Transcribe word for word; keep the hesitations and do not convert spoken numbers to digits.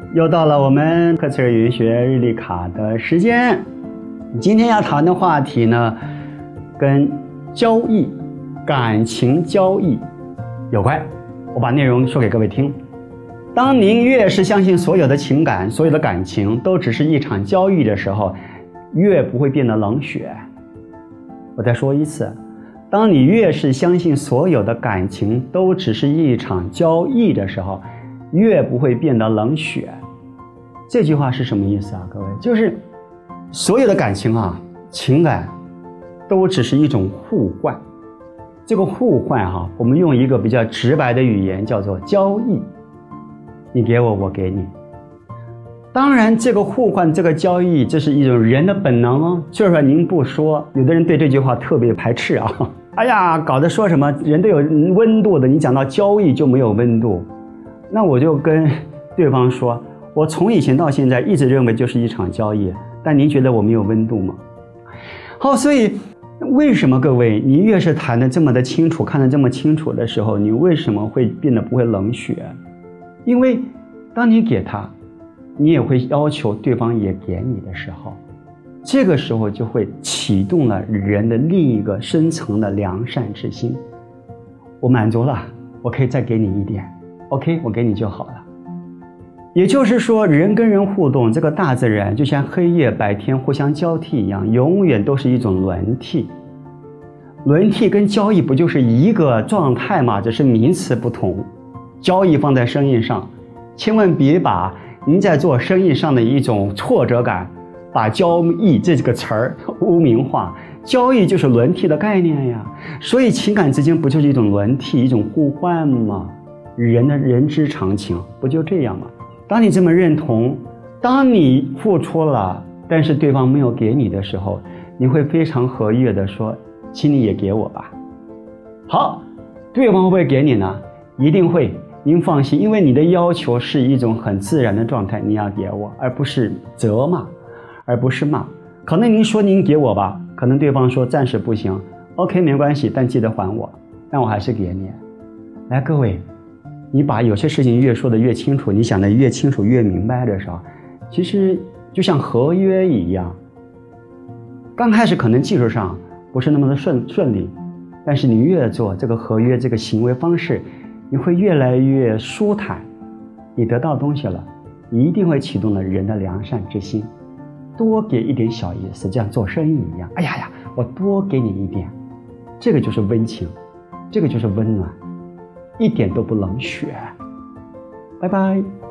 又到了我们克茨尔语学日历卡的时间。今天要谈的话题呢，跟交易、感情交易有关。我把内容说给各位听。当您越是相信所有的情感、所有的感情都只是一场交易的时候，越不会变得冷血。我再说一次，当你越是相信所有的感情都只是一场交易的时候，越不会变得冷血。这句话是什么意思啊？各位，就是所有的感情啊、情感都只是一种互换。这个互换哈、啊，我们用一个比较直白的语言叫做交易，你给我，我给你。当然这个互换，这个交易，这是一种人的本能哦。就算您不说，有的人对这句话特别排斥啊。哎呀，搞得说什么人都有温度的，你讲到交易就没有温度。那我就跟对方说，我从以前到现在一直认为就是一场交易，但您觉得我没有温度吗？好，所以为什么各位，你越是谈得这么的清楚，看得这么清楚的时候，你为什么会变得不会冷血？因为当你给他，你也会要求对方也给你的时候，这个时候就会启动了人的另一个深层的良善之心。我满足了，我可以再给你一点 OK， 我给你就好了。也就是说，人跟人互动，这个大自然就像黑夜白天互相交替一样，永远都是一种轮替。轮替跟交易不就是一个状态吗？只是名词不同。交易放在生意上，千万别把您在做生意上的一种挫折感把交易这个词儿污名化。交易就是轮替的概念呀，所以情感之间不就是一种轮替，一种互换吗？人的人之常情不就这样吗？当你这么认同，当你付出了但是对方没有给你的时候，你会非常和悦的说，请你也给我吧。好，对方会不会给你呢？一定会，您放心，因为你的要求是一种很自然的状态，你要给我，而不是责骂，而不是骂。可能您说您给我吧，可能对方说暂时不行 OK 没关系，但记得还我，但我还是给你。来，各位，你把有些事情越说得越清楚，你想得越清楚越明白的时候，其实就像合约一样，刚开始可能技术上不是那么的顺顺利，但是你越做这个合约，这个行为方式，你会越来越舒坦，你得到东西了，你一定会启动了人的良善之心，多给一点小意思，就像做生意一样，哎呀呀，我多给你一点，这个就是温情，这个就是温暖，一点都不冷血。拜拜。